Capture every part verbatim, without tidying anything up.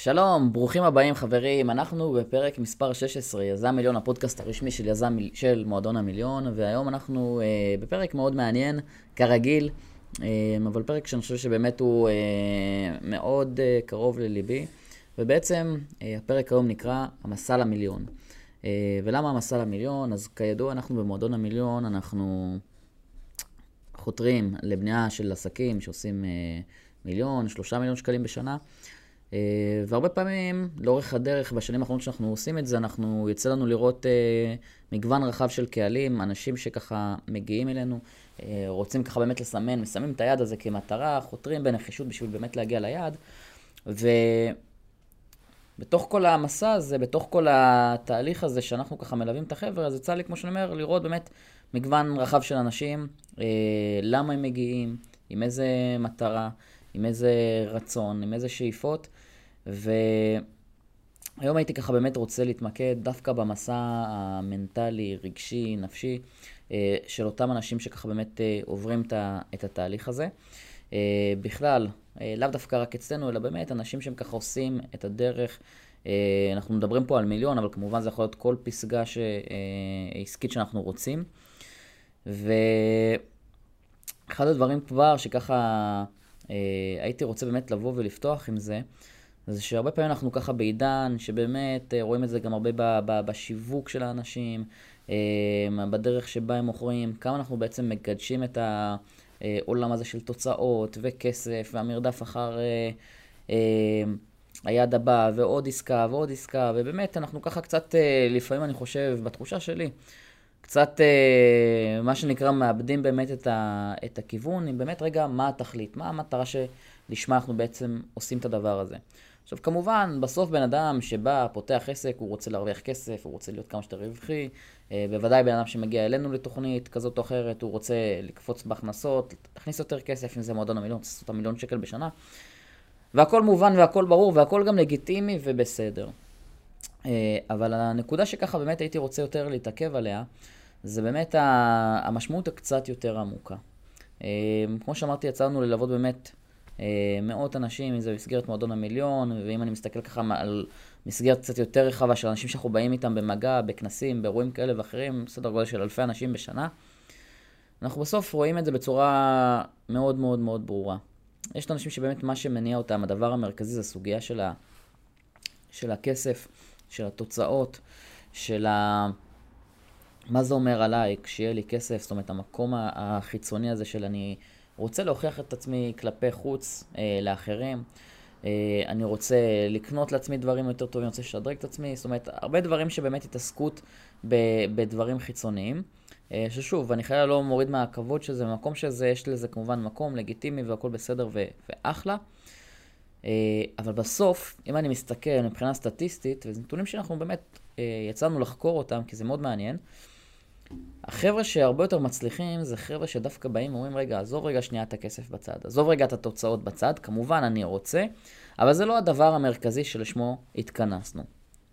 שלום, ברוכים הבאים חברים, אנחנו בפרק מספר שש עשרה, יזם מיליון, הפודקאסט הרשמי של יזם של מועדון המיליון, והיום אנחנו אה, בפרק מאוד מעניין, כרגיל, אה, אבל פרק שאני חושב שבאמת הוא אה, מאוד אה, קרוב לליבי, ובעצם אה, הפרק היום נקרא המסע למיליון. אה, ולמה המסע למיליון? אז כידוע אנחנו במועדון המיליון, אנחנו חותרים לבנייה של עסקים שעושים אה, מיליון, שלושה מיליון שקלים בשנה, Uh, והרבה פעמים, לאורך הדרך, בשנים האחרונות שאנחנו עושים את זה, אנחנו יוצא לנו לראות uh, מגוון רחב של קהלים, אנשים שככה מגיעים אלינו, uh, רוצים ככה באמת לסמן, מסמים את היד הזה כמטרה, חותרים בנחישות בשביל באמת להגיע ליעד, ובתוך כל המסע הזה, בתוך כל התהליך הזה שאנחנו ככה מלווים את החבר'ה, אז יצא לי, כמו שאני אומר, לראות באמת מגוון רחב של אנשים, uh, למה הם מגיעים, עם איזה מטרה, עם איזה רצון, עם איזה שאיפות, והיום הייתי ככה באמת רוצה להתמקד דווקא במסע המנטלי, רגשי, נפשי, של אותם אנשים שככה באמת עוברים את התהליך הזה. בכלל, לאו דווקא רק אצלנו, אלא באמת אנשים שהם ככה עושים את הדרך. אנחנו מדברים פה על מיליון, אבל כמובן זה יכול להיות כל פסגה עסקית שאנחנו רוצים. ואחד הדברים כבר שככה הייתי רוצה באמת לבוא ולפתוח עם זה, זה שהרבה פעמים אנחנו ככה בעידן שבאמת רואים את זה גם הרבה בשיווק של האנשים, בדרך שבה הם מוכרים, כמה אנחנו בעצם מקדשים את העולם הזה של תוצאות וכסף והמרדף אחר היד הבא ועוד עסקה ועוד עסקה, ובאמת אנחנו ככה קצת לפעמים אני חושב בתחושה שלי קצת מה שנקרא מאבדים באמת את, ה, את הכיוון, אם באמת רגע מה התכלית, מה המטרה שלשמה אנחנו בעצם עושים את הדבר הזה. עכשיו כמובן בסוף בן אדם שבא פותח עסק, הוא רוצה להרוויח כסף, הוא רוצה להיות כמה שיותר רווחי, בוודאי בן אדם שמגיע אלינו לתוכנית כזאת או אחרת, הוא רוצה לקפוץ בהכנסות, להכניס יותר כסף, אם זה מועדון המיליון, לעשות המיליון שקל בשנה, והכל מובן והכל ברור והכל גם לגיטימי ובסדר. אבל הנקודה שככה באמת הייתי רוצה יותר להתעכב עליה, זה באמת המשמעות הקצת יותר עמוקה. כמו שאמרתי, יצאנו ללוות באמת מאות אנשים, אם זה במסגרת מועדון המיליון, ואם אני מסתכל ככה על מסגרת קצת יותר רחבה של אנשים שאנחנו באים איתם במגע, בכנסים, באירועים כאלה ואחרים, סדר גודל של אלפי אנשים בשנה, אנחנו בסוף רואים את זה בצורה מאוד מאוד מאוד ברורה. יש את אנשים שבאמת מה שמניע אותם, הדבר המרכזי זה סוגיה של, ה... של הכסף, של התוצאות, של ה... מה זה אומר עליי כשיהיה לי כסף, זאת אומרת המקום החיצוני הזה של אני רוצה להוכיח את עצמי כלפי חוץ אה, לאחרים, אה, אני רוצה לקנות לעצמי דברים יותר טובים, אני רוצה לשדרג את עצמי, זאת אומרת הרבה דברים שבאמת התעסקות ב, בדברים חיצוניים, אה, ששוב אני חייב לא מוריד מהכבוד שזה, במקום שזה יש לזה כמובן מקום לגיטימי והכל בסדר ו, ואחלה, אבל בסוף, אם אני מסתכל מבחינה סטטיסטית, וזה נתונים שאנחנו באמת יצאנו לחקור אותם, כי זה מאוד מעניין, החבר'ה שהרבה יותר מצליחים, זה חבר'ה שדווקא באים ואומרים, רגע, עזוב רגע שנייה את הכסף בצד, עזוב רגע את התוצאות בצד, כמובן אני רוצה, אבל זה לא הדבר המרכזי שלשמו התכנסנו.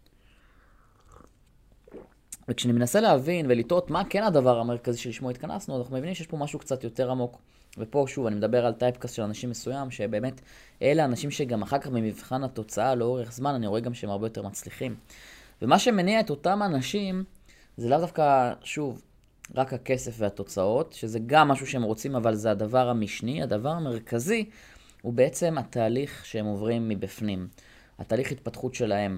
וכשאני מנסה להבין ולטעות מה כן הדבר המרכזי שלשמו התכנסנו, אנחנו מבינים שיש פה משהו קצת יותר עמוק. ופה שוב אני מדבר על טייפקאסט של אנשים מסוים, שבאמת אלה אנשים שגם אחר כך במבחן התוצאה לאורך זמן, אני רואה גם שהם הרבה יותר מצליחים. ומה שמניע את אותם אנשים, זה לאו דווקא, שוב, רק הכסף והתוצאות, שזה גם משהו שהם רוצים, אבל זה הדבר המשני. הדבר המרכזי הוא בעצם התהליך שהם עוברים מבפנים. התהליך התפתחות שלהם,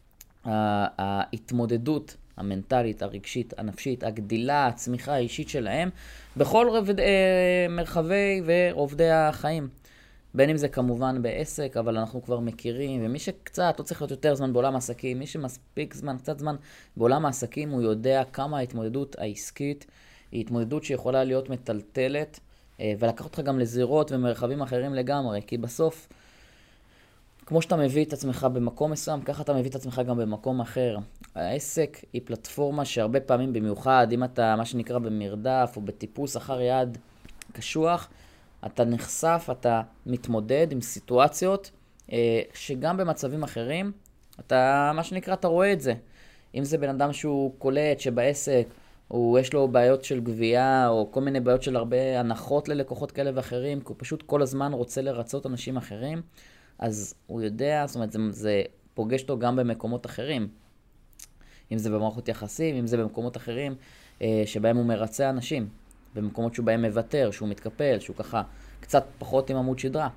ההתמודדות המנטלית, הרגשית, הנפשית, הגדילה, הצמיחה האישית שלהם, בכל רבד, אה, מרחבי ורובדי החיים. בין אם זה כמובן בעסק, אבל אנחנו כבר מכירים, ומי שקצת לא צריך להיות יותר זמן בעולם העסקים, מי שמספיק זמן, קצת זמן בעולם העסקים, הוא יודע כמה ההתמודדות העסקית היא התמודדות שיכולה להיות מטלטלת, אה, ולקח אותך גם לזירות ומרחבים אחרים לגמרי, כי בסוף, כמו שאתה מביא את עצמך במקום מסוים, ככה אתה מביא את עצמך גם במקום אחר. העסק היא פלטפורמה שהרבה פעמים במיוחד, אם אתה מה שנקרא במרדף או בטיפוס אחר יעד קשוח, אתה נחשף, אתה מתמודד עם סיטואציות אה, שגם במצבים אחרים, אתה מה שנקרא, אתה רואה את זה. אם זה בן אדם שהוא קולט שבעסק, הוא יש לו בעיות של גבייה או כל מיני בעיות של הרבה הנחות ללקוחות כאלה ואחרים, כי הוא פשוט כל הזמן רוצה לרצות אנשים אחרים, אז הוא יודע, זאת אומרת, זה, זה פוגש אותו גם במקומות אחרים. אם זה במערכות יחסים, אם זה במקומות אחרים, אה, שבהם הוא מרצה אנשים. במקומות שהוא בהם מוותר, שהוא מתקפל, שהוא ככה קצת פחות עם עמוד שדרה.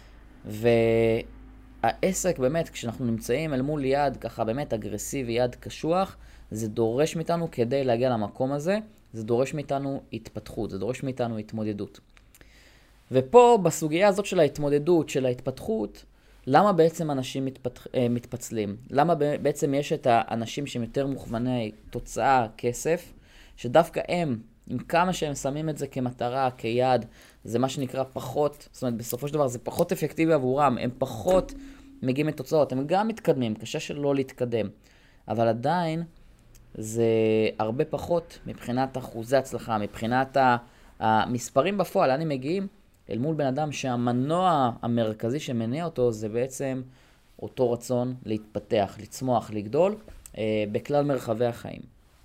והעסק באמת, כשאנחנו נמצאים אל מול יד ככה באמת אגרסיבי, יד קשוח, זה דורש מאיתנו כדי להגיע למקום הזה, זה דורש מאיתנו התפתחות, זה דורש מאיתנו התמודדות. ופה בסוגיה הזאת של ההתמודדות, של ההתפתחות, למה בעצם אנשים מתפתח, מתפצלים? למה בעצם יש את האנשים שהם יותר מוכווני תוצאה, כסף, שדווקא הם, עם כמה שהם שמים את זה כמטרה, כיעד, זה מה שנקרא פחות, זאת אומרת בסופו של דבר זה פחות אפקטיבי עבורם, הם פחות מגיעים לתוצאות, הם גם מתקדמים, קשה שלא להתקדם, אבל עדיין זה הרבה פחות מבחינת אחוזי הצלחה, מבחינת המספרים בפועל, לאן הם מגיעים? אל מול בן אדם שהמנוע המרכזי שמניע אותו זה בעצם אותו רצון להתפתח, לצמוח, לגדול אה, בכלל מרחבי החיים.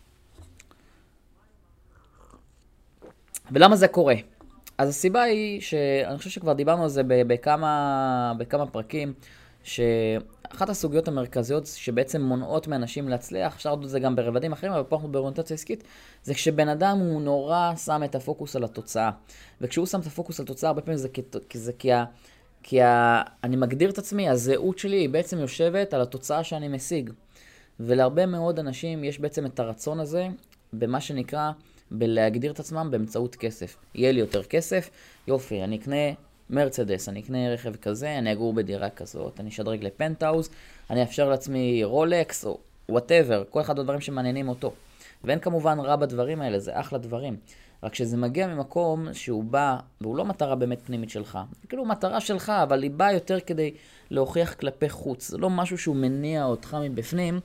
ולמה זה קורה? אז הסיבה היא שאני חושב שכבר דיברנו על זה בכמה, בכמה פרקים, שאחת הסוגיות המרכזיות שבעצם מונעות מאנשים להצליח, אפשר לדעת את זה גם ברבדים אחרים, אבל פה אנחנו באוריינטציה עסקית, זה כשבן אדם הוא נורא שם את הפוקוס על התוצאה. וכשהוא שם את הפוקוס על התוצאה, הרבה פעמים זה כי, זה כי, כי ה, אני מגדיר את עצמי, הזהות שלי היא בעצם יושבת על התוצאה שאני משיג. ולהרבה מאוד אנשים יש בעצם את הרצון הזה, במה שנקרא, בלהגדיר את עצמם באמצעות כסף. יהיה לי יותר כסף, יופי, אני אקנה מרצדס, אני אקנה רכב כזה, אני אגור בדירה כזאת, אני אשדרג לפנטהאוז, אני אפשר לעצמי רולקס או whatever, כל אחד הדברים שמעניינים אותו. ואין כמובן רע בדברים האלה, זה אחלה דברים. רק שזה מגיע ממקום שהוא בא, והוא לא מטרה באמת פנימית שלך. זה כאילו מטרה שלך, אבל היא באה יותר כדי להוכיח כלפי חוץ. זה לא משהו שהוא מניע אותך מבפנים.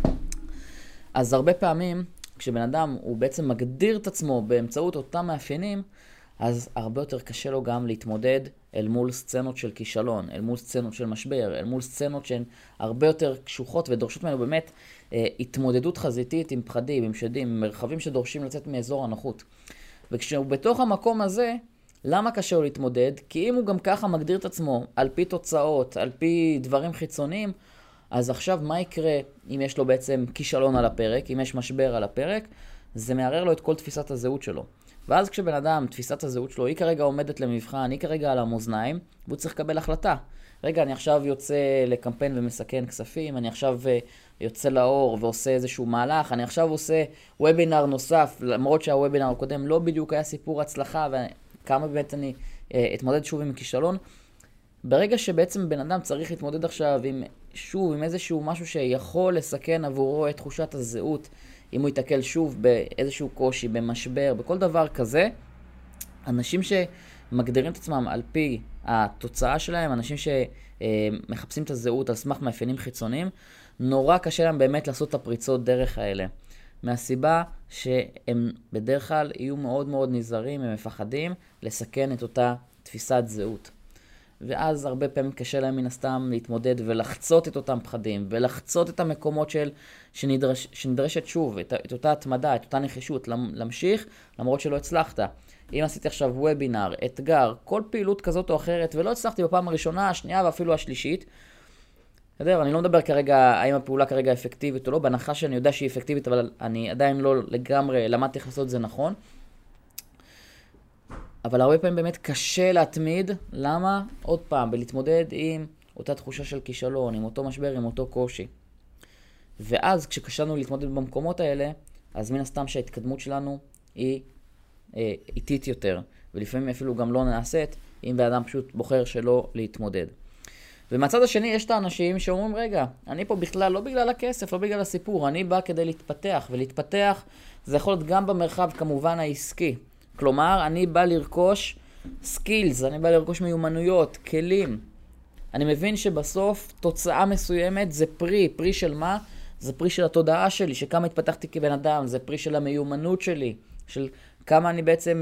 אז הרבה פעמים, כשבן אדם הוא בעצם מגדיר את עצמו באמצעות אותם מאפיינים, אז הרבה יותר קשה לו גם להתמודד אל מול סצנות של כישלון, אל מול סצנות של משבר, אל מול סצנות שהן הרבה יותר קשוחות ודורשות ממנו באמת אה, התמודדות חזיתית עם פחדים, עם שדים, עם מרחבים שדורשים לצאת מאזור הנוחות. וכשהוא בתוך המקום הזה, למה קשה לו להתמודד? כי אם הוא גם ככה מגדיר את עצמו על פי תוצאות, על פי דברים חיצוניים, אז עכשיו מה יקרה אם יש לו בעצם כישלון על הפרק, אם יש משבר על הפרק? זה מערער לו את כל תפיסת הזהות שלו. ואז כשבן אדם, תפיסת הזהות שלו, היא כרגע עומדת למבחן, היא כרגע על המאזניים, והוא צריך לקבל החלטה. רגע, אני עכשיו יוצא לקמפיין ומסכן כספים, אני עכשיו יוצא לאור ועושה איזשהו מהלך, אני עכשיו עושה וובינר נוסף, למרות שהוובינר הקודם לא בדיוק היה סיפור הצלחה, וכמה באמת אני אתמודד שוב עם כישלון. ברגע שבעצם בן אדם צריך להתמודד עכשיו עם, שוב, עם איזשהו משהו שיכול לסכן עבורו את תחושת הזהות, אם הוא יתקל שוב באיזשהו קושי, במשבר, בכל דבר כזה, אנשים שמגדירים את עצמם על פי התוצאה שלהם, אנשים שמחפשים את הזהות על סמך מאפיינים חיצוניים, נורא קשה להם באמת לעשות את הפריצות דרך האלה. מהסיבה שהם בדרך כלל יהיו מאוד מאוד נזהרים, הם מפחדים לסכן את אותה תפיסת זהות. ואז הרבה פעמים קשה להם מן הסתם להתמודד ולחצות את אותם פחדים, ולחצות את המקומות של, שנדרש, שנדרשת שוב, את, את אותה התמדה, את אותה נחישות, להמשיך למרות שלא הצלחת. אם עשיתי עכשיו וובינר, אתגר, כל פעילות כזאת או אחרת, ולא הצלחתי בפעם הראשונה, השנייה ואפילו השלישית, יודע, אני לא מדבר כרגע האם הפעולה כרגע אפקטיבית או לא, בהנחה שאני יודע שהיא אפקטיבית, אבל אני עדיין לא לגמרי למדתי איך לעשות את זה נכון. אבל הרבה פעמים באמת קשה להתמיד, למה? עוד פעם, בלהתמודד עם אותה תחושה של כישלון, עם אותו משבר, עם אותו קושי. ואז כשקשנו להתמודד במקומות האלה, אז מן הסתם שההתקדמות שלנו היא אה, איטית יותר, ולפעמים אפילו גם לא נעשית, אם באדם פשוט בוחר שלא להתמודד. ומהצד השני יש את האנשים שאומרים, רגע, אני פה בכלל לא בגלל הכסף, לא בגלל הסיפור, אני בא כדי להתפתח, ולהתפתח זה יכול להיות גם במרחב כמובן העסקי. כלומר, אני בא לרכוש סקילס, אני בא לרכוש מיומנויות, כלים. אני מבין שבסוף תוצאה מסוימת זה פרי, פרי של מה? זה פרי של התודעה שלי, שכמה התפתחתי כבן אדם, זה פרי של המיומנות שלי, של כמה אני בעצם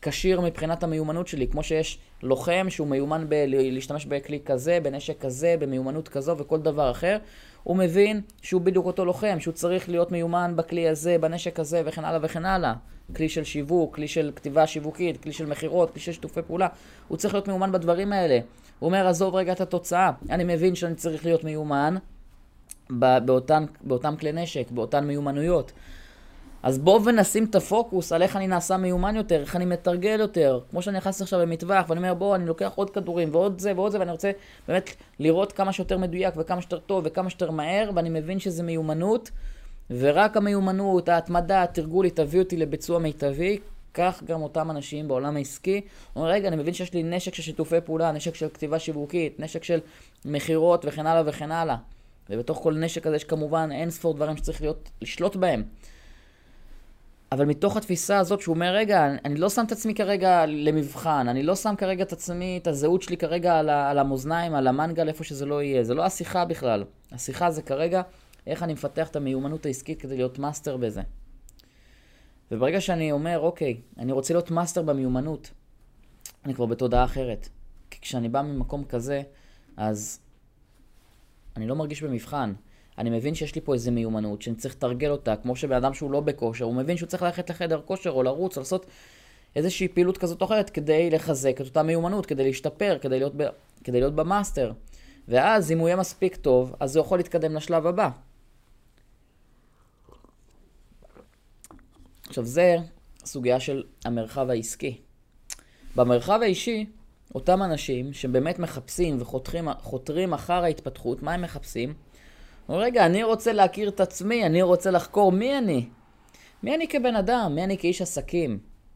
כשיר מבחינת המיומנות שלי, כמו שיש לוחם שהוא מיומן ב- להשתמש בכלי כזה, בנשק כזה, במיומנות כזו וכל דבר אחר, הוא מבין שהוא בדיוק אותו לוחם, שהוא צריך להיות מיומן בכלי הזה, בנשק הזה וכן הלאה וכן הלאה. כלי של שיווק, כלי של כתיבה שיווקית, כלי של מחירות, כלי של שיתופי פעולה. הוא צריך להיות מיומן בדברים האלה. הוא אומר, עזוב רגע את התוצאה. אני מבין שאני צריך להיות מיומן באותן, באותם כלי נשק, באותן מיומנויות. אז בואו ונשים את הפוקוס על איך אני נעשה מיומן יותר, איך אני מתרגל יותר. כמו שאני נכנס עכשיו במטווח, ואני אומר, בואו, אני לוקח עוד כדורים ועוד זה ועוד זה, ואני רוצה באמת לראות כמה שיותר מדויק וכמה שיותר טוב וכמה שיותר מהר, ואני מבין שזה מיומנות, ורק המיומנות, ההתמדה, התרגול, תביא אותי לביצוע מיטבי. כך גם אותם אנשים בעולם העסקי. אומרים, רגע, אני מבין שיש לי נשק של שיתופי פעולה, נשק של כתיבה שיווקית, נשק של מחירות וכן הלאה וכן הלאה. ובתוך כל נשק הזה יש כמובן אין ספור דברים שצריך להיות, לשלוט בהם. אבל מתוך התפיסה הזאת שהוא אומר, רגע, אני לא שם את עצמי כרגע למבחן, אני לא שם כרגע את עצמי, את הזהות שלי כרגע על, על המאזניים, על המנגל, איפה שזה לא יהיה. זה לא השיחה בכלל. השיחה זה כרגע איך אני מפתח את המיומנות העסקית כדי להיות מאסטר בזה. וברגע שאני אומר, אוקיי, אני רוצה להיות מאסטר במיומנות, אני כבר בתודעה אחרת. כי כשאני בא ממקום כזה, אז אני לא מרגיש במבחן. אני מבין שיש לי פה איזו מיומנות, שאני צריך לתרגל אותה, כמו שבאדם שהוא לא בכושר, הוא מבין שהוא צריך ללכת לחדר כושר, או לרוץ, או לעשות איזושהי פעילות כזאת או אחרת, כדי לחזק את אותה מיומנות, כדי להשתפר, כדי להיות, ב... כדי להיות במאסטר. ואז, אם הוא יהיה מספיק טוב, אז הוא יכול להתקדם לשלב הבא. עכשיו, זה סוגיה של המרחב העסקי. במרחב האישי, אותם אנשים שבאמת מחפשים וחותרים חותרים אחר ההתפתחות, מה הם מחפשים? רגע, אני רוצה להכיר את עצמי, אני רוצה לחקור מי אני. מי אני כבן אדם, מי אני כאיש עסקים.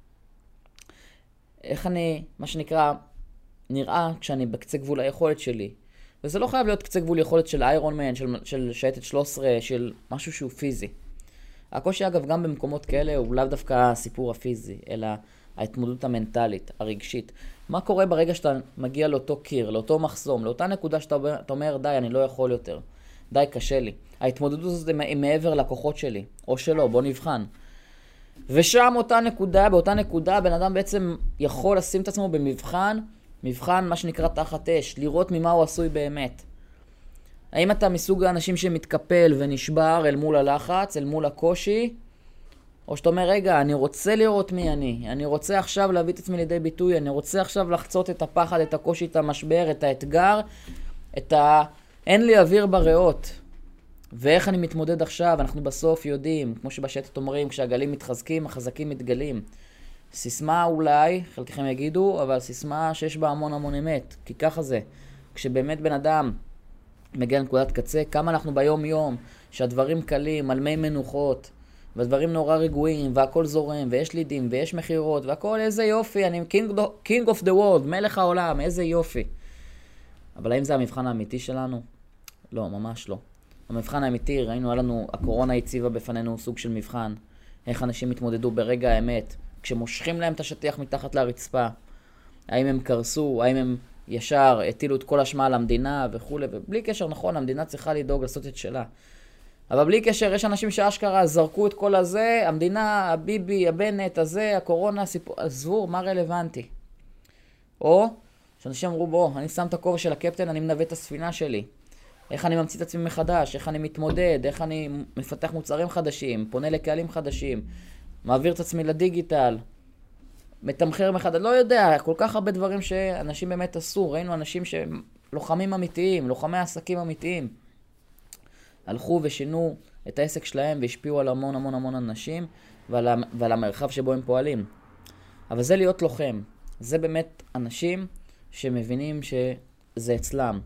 איך אני, מה שנקרא, נראה כשאני בקצה גבול היכולת שלי. וזה לא חייב להיות קצה גבול יכולת של איירון מן, של, של שייטת שלוש עשרה, של משהו שהוא פיזי. הקושי אגב גם במקומות כאלה הוא לאו דווקא הסיפור הפיזי, אלא ההתמודדות המנטלית, הרגשית. מה קורה ברגע שאתה מגיע לאותו קיר, לאותו מחסום, לאותה נקודה שאתה אומר, די, אני לא יכול יותר. די, קשה לי. ההתמודדות הזאת היא מעבר לכוחות שלי, או שלא, בוא נבחן. ושם אותה נקודה, באותה נקודה, בן אדם בעצם יכול לשים את עצמו במבחן, מבחן מה שנקרא תחת אש, לראות ממה הוא עשוי באמת. האם אתה מסוג האנשים שמתקפל ונשבר אל מול הלחץ, אל מול הקושי, או שאתה אומר, רגע, אני רוצה לראות מי אני, אני רוצה עכשיו להביא את עצמי לידי ביטוי, אני רוצה עכשיו לחצות את הפחד, את הקושי, את המשבר, את האתגר, את ה... אין לי אוויר בריאות. ואיך אני מתמודד עכשיו? אנחנו בסוף יודעים, כמו שבשטת אומרים, כשהגלים מתחזקים, החזקים מתגלים. סיסמה אולי, חלקכם יגידו, אבל סיסמה שיש בה המון המון אמת, כי ככה זה. כשבאמת בן אדם מגיע לנקודת קצה, כמה אנחנו ביום יום, שהדברים קלים, על מי מנוחות, והדברים נורא רגועים, והכל זורם, ויש לידים, ויש מחירות, והכל איזה יופי, אני king, king of the world, מלך העולם, איזה יופי. אבל האם זה המבחן האמיתי שלנו? לא, ממש לא. המבחן האמיתי, ראינו, היה לנו, הקורונה הציבה בפנינו סוג של מבחן. איך אנשים התמודדו ברגע האמת, כשמושכים להם את השטיח מתחת לרצפה. האם הם קרסו, האם הם ישר הטילו את כל השמה על המדינה וכו'. ובלי קשר, נכון, המדינה צריכה לדאוג לעשות את שלה. אבל בלי קשר, יש אנשים שאשכרה זרקו את כל הזה, המדינה, הביבי, הבנט, הזה, הקורונה, הסיפור, עזבו, מה רלוונטי? או שאנשים אמרו, בוא, אני שם את הכובע של הקפטן, אני מנווט את הספינה שלי. איך אני ממציא את עצמי מחדש, איך אני מתמודד, איך אני מפתח מוצרים חדשים, פונה לקהלים חדשים, מעביר את עצמי לדיגיטל, מתמחר מחדש, לא יודע, כל כך הרבה דברים שאנשים באמת עשו. ראינו אנשים שהם לוחמים אמיתיים, לוחמי עסקים אמיתיים. הלכו ושינו את העסק שלהם והשפיעו על המון המון המון אנשים ועל, ועל המרחב שבו הם פועלים. אבל זה להיות לוחם. זה באמת אנשים שמבינים שזה אצלם.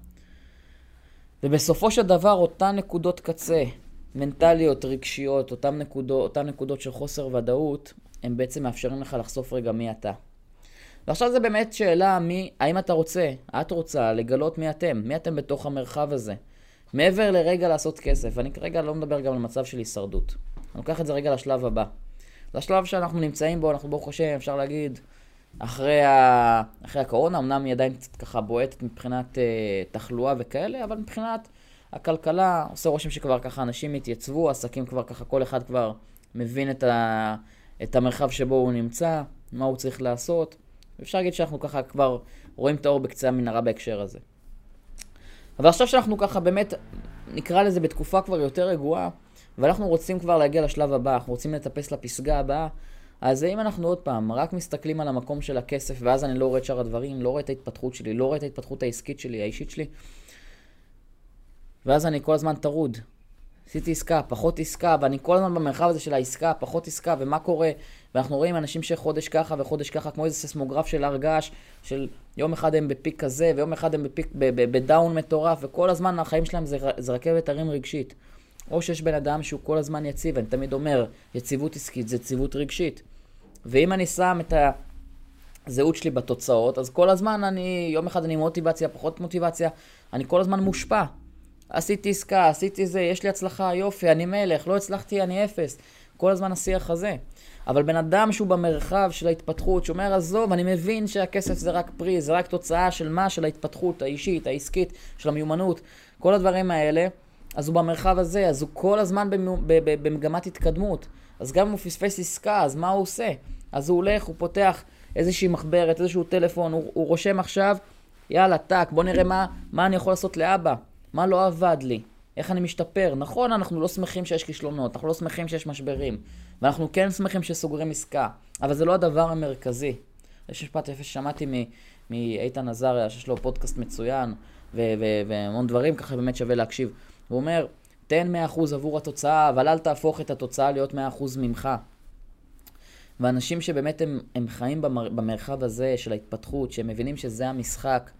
ובסופו של דבר אותן נקודות קצה, מנטליות, רגשיות, אותן נקודות, אותן נקודות של חוסר ודאות, הם בעצם מאפשרים לך לחשוף רגע מי אתה. ועכשיו זה באמת שאלה, מי, האם אתה רוצה, את רוצה לגלות מי אתם, מי אתם בתוך המרחב הזה. מעבר לרגע לעשות כסף, ואני כרגע לא מדבר גם על מצב של הישרדות. אני לוקח את זה רגע לשלב הבא. לשלב שאנחנו נמצאים בו, אנחנו ברוך השם, אפשר להגיד, אחרי, ה... אחרי הקורונה, אמנם היא עדיין קצת ככה בועטת מבחינת uh, תחלואה וכאלה, אבל מבחינת הכלכלה, עושה רושם שכבר ככה אנשים התייצבו, עסקים כבר ככה, כל אחד כבר מבין את, ה... את המרחב שבו הוא נמצא, מה הוא צריך לעשות. אפשר להגיד שאנחנו ככה כבר רואים את האור בקצה המנהרה בהקשר הזה. אבל עכשיו שאנחנו ככה באמת, נקרא לזה בתקופה כבר יותר רגועה, ואנחנו רוצים כבר להגיע לשלב הבא, אנחנו רוצים לטפס לפסגה הבאה, אז אם אנחנו עוד פעם רק מסתכלים על המקום של הכסף, ואז אני לא רואה את שאר הדברים, לא רואה את ההתפתחות שלי, לא רואה את ההתפתחות העסקית שלי, האישית שלי, ואז אני כל הזמן תרוד. עשיתי עסקה, פחות עסקה, ואני כל הזמן במרחב הזה של העסקה, פחות עסקה, ומה קורה? ואנחנו רואים אנשים שחודש ככה וחודש ככה, כמו איזה ססמוגרף של הרגש, של יום אחד הם בפיק כזה, ויום אחד הם בפיק, בדאון מטורף, וכל הזמן החיים שלהם זה, זה רכבת הרים רגשית. או שיש בן אדם שהוא כל הזמן יציב, אני תמיד אומר, יציבות עסקית זה יציבות רגשית. ואם אני שם את הזהות שלי בתוצאות, אז כל הזמן אני, יום אחד אני מוטיבציה, פחות מוטיבציה, אני כל הזמן מושפע. עשיתי עסקה, עשיתי זה, יש לי הצלחה, יופי, אני מלך, לא הצלחתי, אני אפס. כל הזמן השיח הזה. אבל בן אדם שהוא במרחב של ההתפתחות, שאומר, עזוב, אני מבין שהכסף זה רק פרי, זה רק תוצאה של מה? של ההתפתחות האישית, העסקית, של המיומנות, כל הדברים האלה. אז הוא במרחב הזה, אז הוא כל הזמן במגמת התקדמות. אז גם אם הוא פספס עסקה, אז מה הוא עושה? אז הוא הולך, הוא פותח איזושהי מחברת, איזשהו טלפון, הוא, הוא רושם עכשיו, יאללה, טק, בוא נראה מה, מה אני יכול לעשות לאבא. מה לא עבד לי? איך אני משתפר? נכון, אנחנו לא שמחים שיש כישלונות, אנחנו לא שמחים שיש משברים, ואנחנו כן שמחים שסוגרים עסקה, אבל זה לא הדבר המרכזי. יש משפט יפה ששמעתי מאיתן עזריה, שיש לו פודקאסט מצוין, והמון דברים, ככה באמת שווה להקשיב. הוא אומר, תן מאה אחוז עבור התוצאה, אבל אל תהפוך את התוצאה להיות מאה אחוז ממך. ואנשים שבאמת הם, הם חיים במר, במרחב הזה של ההתפתחות, שהם מבינים שזה המשחק,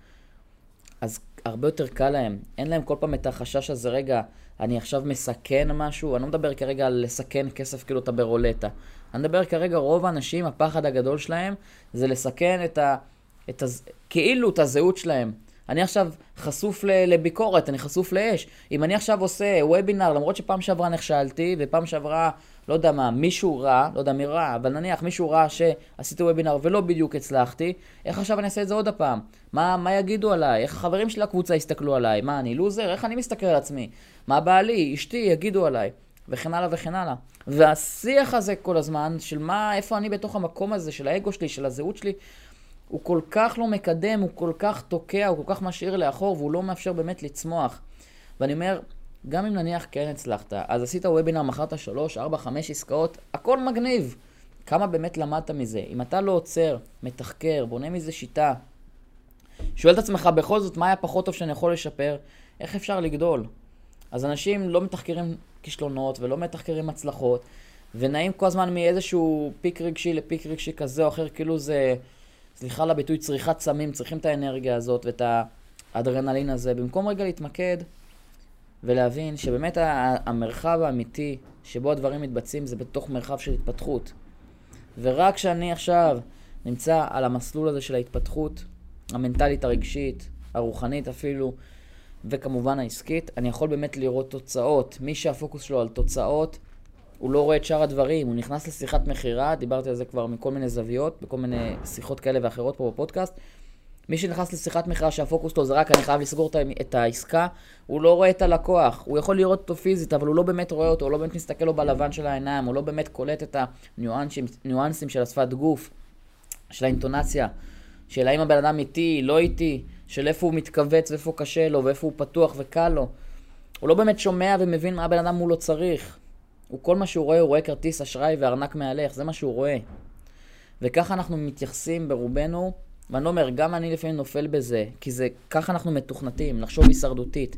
אז הרבה יותר קל להם. אין להם כל פעם את החשש הזה, רגע, אני עכשיו מסכן משהו. אני לא מדבר כרגע על לסכן כסף כאילו אתה ברולטה. אני מדבר כרגע, רוב האנשים, הפחד הגדול שלהם, זה לסכן את ה... את ה... כאילו את הזהות שלהם. אני עכשיו חשוף לביקורת, אני חשוף לאש. אם אני עכשיו עושה וובינר, למרות שפעם שעברה נכשלתי, ופעם שעברה, לא יודע מה, מישהו רע, לא יודע מי רע, אבל נניח מישהו רע שעשיתי וובינר ולא בדיוק הצלחתי, איך עכשיו אני אעשה את זה עוד הפעם? מה, מה יגידו עליי? איך החברים של הקבוצה יסתכלו עליי? מה, אני לוזר? איך אני מסתכל על עצמי? מה בעלי? אשתי יגידו עליי? וכן הלאה וכן הלאה. והשיח הזה כל הזמן, של מה, איפה אני בתוך המקום הזה, של האגו שלי, של הזהות שלי, הוא כל כך לא מקדם, הוא כל כך תוקע, הוא כל כך משאיר לאחור, והוא לא מאפשר באמת לצמוח. ואני אומר, גם אם נניח כן הצלחת, אז עשית וובינר, מכרת שלוש, ארבע, חמש עסקאות, הכל מגניב. כמה באמת למדת מזה? אם אתה לא עוצר, מתחקר, בונה מזה שיטה, שואל את עצמך בכל זאת, מה היה פחות טוב שאני יכול לשפר? איך אפשר לגדול? אז אנשים לא מתחקרים כישלונות ולא מתחקרים הצלחות, ונעים כל הזמן מאיזשהו פיק רגשי לפיק רגשי כזה או אחר, כאילו זה... סליחה לביטוי, צריכת סמים, צריכים את האנרגיה הזאת ואת האדרנלין הזה, במקום רגע להתמקד ולהבין שבאמת המרחב האמיתי שבו הדברים מתבצעים זה בתוך מרחב של התפתחות. ורק כשאני עכשיו נמצא על המסלול הזה של ההתפתחות, המנטלית, הרגשית, הרוחנית אפילו, וכמובן העסקית, אני יכול באמת לראות תוצאות. מי שהפוקוס שלו על תוצאות, הוא לא רואה את שאר הדברים, הוא נכנס לשיחת מחירה, דיברתי על זה כבר מכל מיני זוויות, בכל מיני שיחות כאלה ואחרות פה בפודקאסט. מי שנכנס לשיחת מחירה שהפוקוס לו זה רק אני חייב לסגור את העסקה, הוא לא רואה את הלקוח, הוא יכול לראות אותו פיזית, אבל הוא לא באמת רואה אותו, הוא לא באמת מסתכל לו בלבן של העיניים, הוא לא באמת קולט את הניואנסים של השפת גוף, של האינטונציה, של האם הבן אדם איתי, לא איתי, של איפה הוא מתכווץ ואיפה קשה לו ואיפה הוא פתוח וקל לו. הוא לא באמת שומע ומבין מה הבן אדם הוא לא צריך. הוא כל מה שהוא רואה, הוא רואה כרטיס אשראי וארנק מהלך, זה מה שהוא רואה. וככה אנחנו מתייחסים ברובנו, ואני לא אומר, גם אני לפעמים נופל בזה, כי זה, ככה אנחנו מתוכנתים, לחשוב הישרדותית.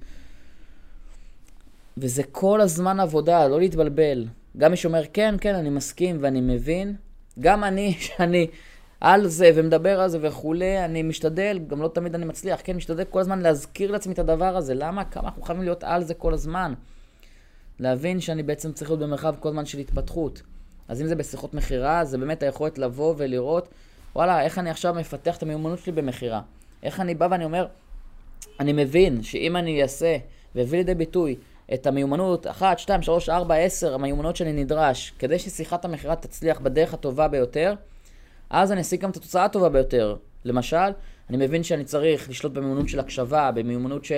וזה כל הזמן עבודה, לא להתבלבל. גם מי שאומר, כן, כן, אני מסכים ואני מבין, גם אני, שאני על זה ומדבר על זה וכולי, אני משתדל, גם לא תמיד אני מצליח, כן, משתדל כל הזמן להזכיר לעצמי את הדבר הזה. למה? כמה אנחנו חייבים להיות על זה כל הזמן. להבין שאני בעצם צריך להיות במרחב כל הזמן של התפתחות. אז אם זה בשיחות מחירה, זה באמת היכולת לבוא ולראות, וואלה, איך אני עכשיו מפתח את המיומנות שלי במחירה? איך אני בא ואני אומר, אני מבין שאם אני אעשה והביא לידי ביטוי את המיומנות אחת, שתיים, שלוש, ארבע, עשר, המיומנות שאני נדרש, כדי ששיחת המחירה תצליח בדרך הטובה ביותר, אז אני אשיג גם את התוצאה הטובה ביותר. למשל, אני מבין שאני צריך לשלוט במיומנות של הקשבה, במיומנות של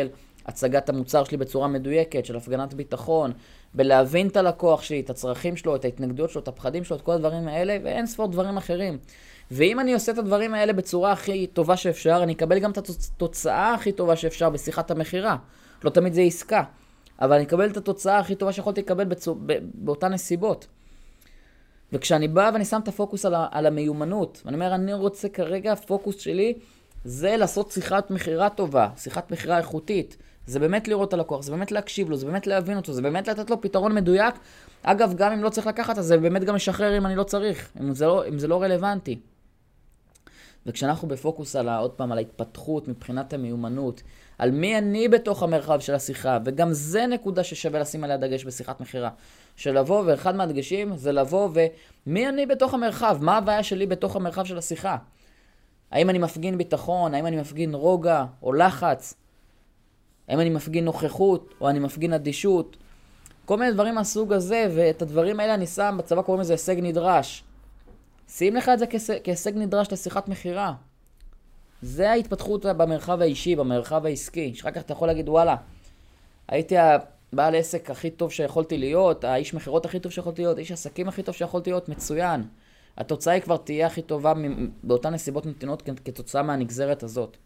בהצגת המוצר שלי בצורה מדויקת, של הפגנת ביטחון, בלהבין את הלקוח שלי, את הצרכים שלו, את ההתנגדויות שלו, את הפחדים שלו, את כל הדברים האלה, ואין ספור דברים אחרים. ואם אני עושה את הדברים האלה בצורה הכי טובה שאפשר, אני אקבל גם את התוצאה הכי טובה שאפשר בשיחת המחירה. לא תמיד זה עסקה, אבל אני אקבל את התוצאה הכי טובה שיכולתי לקבל בצו... באותן נסיבות. וכשאני בא ואני שם את הפוקוס על, ה... על המיומנות, ואני אומר, אני רוצה כרגע, הפוקוס שלי זה לעשות שיחת מחירה טובה, שיחת מחירה איכותית. זה באמת לראות את הלקוח, זה באמת להקשיב לו, זה באמת להבין אותו, זה באמת לתת לו פתרון מדויק. אגב, גם אם לא צריך לקחת, אז זה באמת גם לשחרר אם אני לא צריך, אם זה לא, אם זה לא רלוונטי. וכשאנחנו בפוקוס על, עוד פעם, על ההתפתחות מבחינת המיומנות, על מי אני בתוך המרחב של השיחה, וגם זה נקודה ששווה לשים עליה דגש בשיחת מחירה. של לבוא, ואחד מהדגשים זה לבוא ומי אני בתוך המרחב, מה הבעיה שלי בתוך המרחב של השיחה. האם אני מפגין ביטחון, האם אני מפגין רוגע או לחץ, האם אני מפגין נוכחות או אני מפגין אדישות. כל מיני דברים מהסוג הזה, ואת הדברים האלה אני שם, בצבא קוראים לזה הישג נדרש. שים לך את זה כהישג נדרש לשיחת מחירה. זה ההתפתחות במרחב האישי, במרחב העסקי. שאחר כך אתה יכול להגיד, וואלה, הייתי הבעל עסק הכי טוב שיכולתי להיות, האיש מחירות הכי טוב שיכולתי להיות, האיש עסקים הכי טוב שיכולתי להיות, מצוין. התוצאה היא כבר תהיה הכי טובה באותן נסיבות נתינות כתוצאה מהנגזרת הזאת.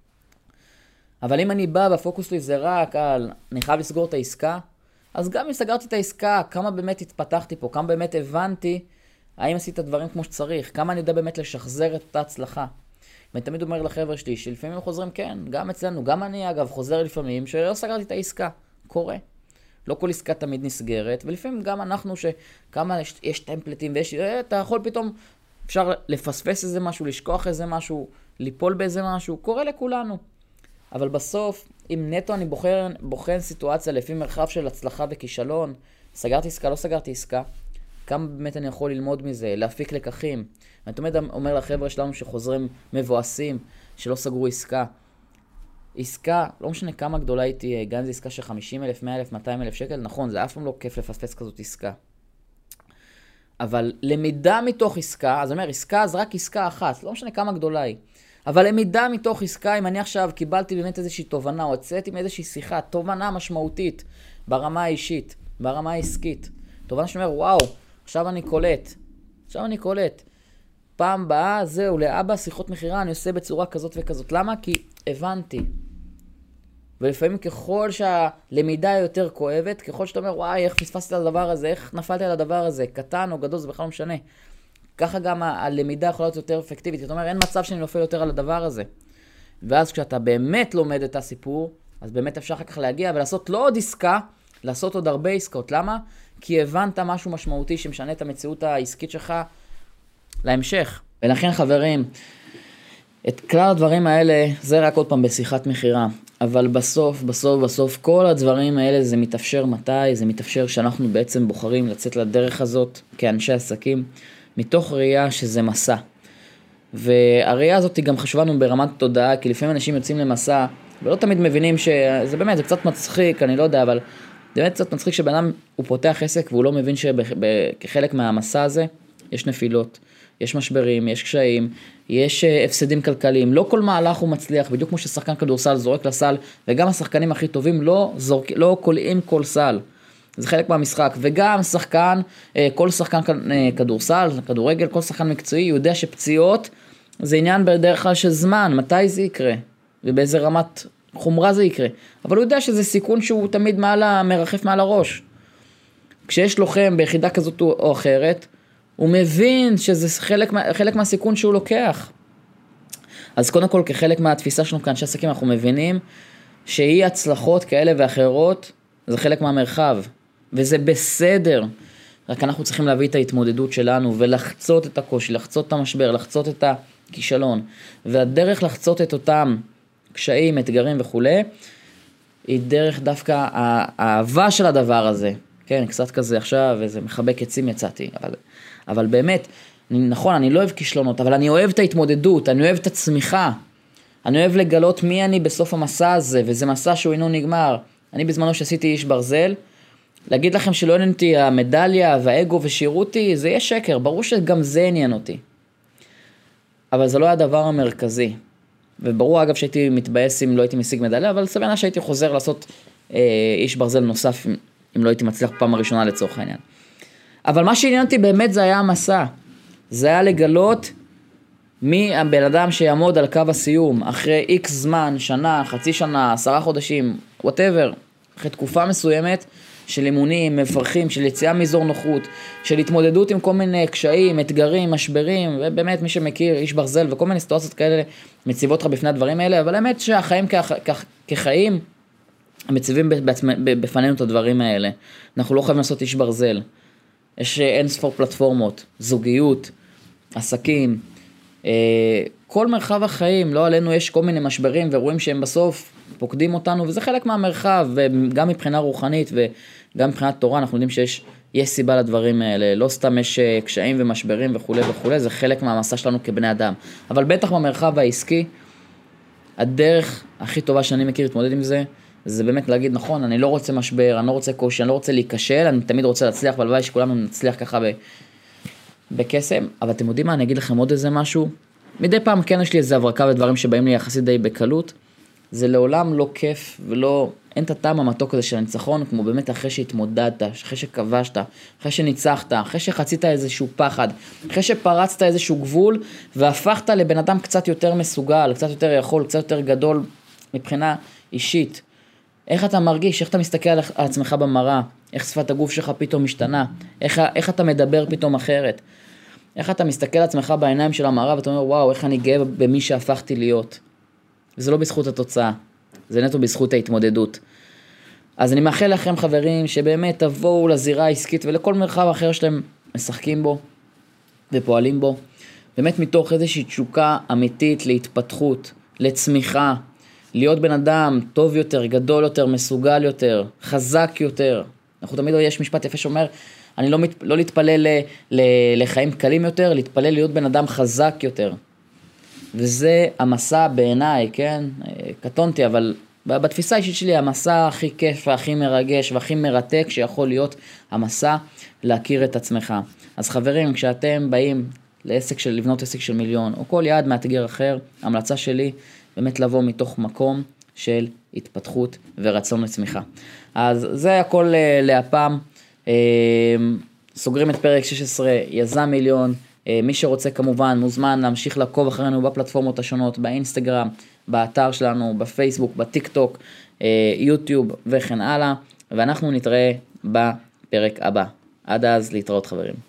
אבל אם אני בא בפוקוס לי זה רק על, אני חייב לסגור את העסקה, אז גם אם סגרתי את העסקה, כמה באמת התפתחתי פה, כמה באמת הבנתי, האם עשית דברים כמו שצריך, כמה אני יודע באמת לשחזר את ההצלחה. ואני תמיד אומר לחבר'ה שלי, שלפעמים הם חוזרים, כן, גם אצלנו, גם אני אגב חוזר לפעמים, שלא סגרתי את העסקה, קורה. לא כל עסקה תמיד נסגרת, ולפעמים גם אנחנו שכמה יש, יש טמפלטים ויש, אתה יכול פתאום, אפשר לפספס איזה משהו, לשכוח איזה משהו, ליפול באיזה משהו, קורה לכולנו. אבל בסוף, אם נטו אני בוחן, בוחן סיטואציה לפי מרחב של הצלחה וכישלון, סגרתי עסקה, לא סגרתי עסקה, כמה באמת אני יכול ללמוד מזה, להפיק לקחים. אני תמיד אומר לחבר'ה שלנו שחוזרים מבואסים, שלא סגרו עסקה. עסקה, לא משנה כמה גדולה היא תהיה, גם זו עסקה של חמישים אלף, מאה אלף, מאתיים אלף שקל, נכון, זה אף פעם לא כיף לפספס כזאת עסקה. אבל למידה מתוך עסקה, אז אני אומר, עסקה זה רק עסקה אחת, לא משנה כמה גדולה היא. אבל למידה מתוך עסקה, אם אני עכשיו קיבלתי באמת איזושהי תובנה, או הצאתי מאיזושהי שיחה, תובנה משמעותית, ברמה האישית, ברמה העסקית. תובנה שאומר, וואו, עכשיו אני קולט. עכשיו אני קולט. פעם באה, זהו, לאבא, שיחות מחירה, אני עושה בצורה כזאת וכזאת. למה? כי הבנתי. ולפעמים ככל שהלמידה יותר כואבת, ככל שאתה אומר, וואי, איך פספסתי על הדבר הזה, איך נפלתי על הדבר הזה, קטן או גדול, זה בכלל לא משנה. ככה גם הלמידה יכולה להיות יותר אפקטיבית. זאת אומרת, אין מצב שאני נופל יותר על הדבר הזה. ואז כשאתה באמת לומד את הסיפור, אז באמת אפשר אחר כך להגיע ולעשות לא עוד עסקה, לעשות עוד הרבה עסקאות. למה? כי הבנת משהו משמעותי שמשנה את המציאות העסקית שלך להמשך. ולכן חברים, את כלל הדברים האלה, זה רק עוד פעם בשיחת מחירה. אבל בסוף, בסוף, בסוף, כל הדברים האלה זה מתאפשר מתי? זה מתאפשר שאנחנו בעצם בוחרים לצאת לדרך הזאת כאנשי עסקים, מתוך ראייה שזה מסע. והראייה הזאת היא גם חשובה לנו ברמת תודעה, כי לפעמים אנשים יוצאים למסע, ולא תמיד מבינים שזה באמת, זה קצת מצחיק, אני לא יודע, אבל זה באמת קצת מצחיק שבן אדם הוא פותח עסק, והוא לא מבין שכחלק מהמסע הזה, יש נפילות, יש משברים, יש קשיים, יש הפסדים כלכליים, לא כל מהלך הוא מצליח, בדיוק כמו ששחקן כדורסל זורק לסל, וגם השחקנים הכי טובים לא, זורק, לא קולעים כל סל. זה חלק מהמשחק, וגם שחקן, כל שחקן כדורסל, כדורגל, כל שחקן מקצועי, יודע שפציעות זה עניין בדרך כלל של זמן, מתי זה יקרה, ובאיזה רמת חומרה זה יקרה, אבל הוא יודע שזה סיכון שהוא תמיד מעלה, מרחף מעל הראש. כשיש לוחם ביחידה כזאת או אחרת, הוא מבין שזה חלק, חלק מהסיכון שהוא לוקח. אז קודם כל, כחלק מהתפיסה שלנו כאנשי עסקים, אנחנו מבינים שאי הצלחות כאלה ואחרות, זה חלק מהמרחב. וזה בסדר, רק אנחנו צריכים להביא את ההתמודדות שלנו ולחצות את הקושי, לחצות את המשבר, לחצות את הכישלון. והדרך לחצות את אותם קשיים, אתגרים וכו', היא דרך דווקא האהבה של הדבר הזה. כן, קצת כזה עכשיו, איזה מחבק עצים יצאתי, אבל, אבל באמת, אני, נכון, אני לא אוהב כישלונות, אבל אני אוהב את ההתמודדות, אני אוהב את הצמיחה, אני אוהב לגלות מי אני בסוף המסע הזה, וזה מסע שהוא אינו נגמר. אני בזמנו שעשיתי איש ברזל, להגיד לכם שלא עניין אותי המדליה והאגו ושירו אותי, זה יהיה שקר, ברור שגם זה עניין אותי. אבל זה לא הדבר המרכזי. וברור אגב שהייתי מתבאס אם לא הייתי משיג מדליה, אבל סבנה שהייתי חוזר לעשות אה, איש ברזל נוסף, אם, אם לא הייתי מצליח פעם הראשונה לצורך העניין. אבל מה שעניין אותי באמת זה היה המסע, זה היה לגלות מי הבן אדם שיעמוד על קו הסיום, אחרי איקס זמן, שנה, חצי שנה, עשרה חודשים, whatever, אחרי תקופה מסוימת, של אימונים, מפרכים, של יציאה מאזור נוחות, של התמודדות עם כל מיני קשיים, אתגרים, משברים, ובאמת מי שמכיר איש ברזל וכל מיני סיטואציות כאלה מציבות לך בפני הדברים האלה, אבל האמת שהחיים כח, כח, כחיים מציבים בעצמם, בפנינו את הדברים האלה. אנחנו לא חייבים לעשות איש ברזל. יש אין ספור פלטפורמות, זוגיות, עסקים, כל מרחב החיים, לא עלינו יש כל מיני משברים ואירועים שהם בסוף פוקדים אותנו, וזה חלק מהמרחב, וגם מבחינה רוחנית וגם מבחינת תורה, אנחנו יודעים שיש יש סיבה לדברים האלה, לא סתם יש קשיים ומשברים וכו' וכו', זה חלק מהמסע שלנו כבני אדם. אבל בטח במרחב העסקי, הדרך הכי טובה שאני מכיר להתמודד עם זה, זה באמת להגיד, נכון, אני לא רוצה משבר, אני לא רוצה קושי, אני לא רוצה להיכשל, אני תמיד רוצה להצליח, והלוואי שכולנו נצליח ככה ב... בקסם, אבל אתם יודעים מה, אני אגיד לכם עוד איזה משהו, מדי פעם כן יש לי איזה הברקה ודברים שבאים לי יחסית די בקלות, זה לעולם לא כיף ולא, אין את הטעם המתוק הזה של הניצחון, כמו באמת אחרי שהתמודדת, אחרי שכבשת, אחרי שניצחת, אחרי שחצית איזשהו פחד, אחרי שפרצת איזשהו גבול, והפכת לבן אדם קצת יותר מסוגל, קצת יותר יכול, קצת יותר גדול מבחינה אישית. איך אתה מרגיש, איך אתה מסתכל על עצמך במראה, איך שפת הגוף שלך פתאום משתנה, איך, איך אתה מדבר פתאום אחרת, איך אתה מסתכל על עצמך בעיניים של המראה ואתה אומר, וואו, איך אני גאה במי שהפכתי להיות. וזה לא בזכות התוצאה, זה נטו בזכות ההתמודדות. אז אני מאחל לכם חברים שבאמת תבואו לזירה העסקית ולכל מרחב אחר שאתם משחקים בו ופועלים בו, באמת מתוך איזושהי תשוקה אמיתית להתפתחות, לצמיחה, להיות בן אדם טוב יותר, גדול יותר, מסוגל יותר, חזק יותר. אנחנו תמיד יש משפט יפה שאומר, אני לא, מת, לא להתפלל ל, ל, לחיים קלים יותר, להתפלל להיות בן אדם חזק יותר. וזה המסע בעיניי, כן? קטונתי, אבל בתפיסה האישית שלי, המסע הכי כיף והכי מרגש והכי מרתק שיכול להיות המסע להכיר את עצמך. אז חברים, כשאתם באים לעסק של, לבנות עסק של מיליון, או כל יעד מאתגר אחר, המלצה שלי, באמת לבוא מתוך מקום של התפתחות ורצון לצמיחה. אז זה הכל להפעם. סוגרים את פרק שש עשרה, יזם מיליון. מי שרוצה כמובן מוזמן להמשיך לעקוב אחרינו בפלטפורמות השונות, באינסטגרם, באתר שלנו, בפייסבוק, בטיק טוק, יוטיוב וכן הלאה. ואנחנו נתראה בפרק הבא. עד אז להתראות חברים.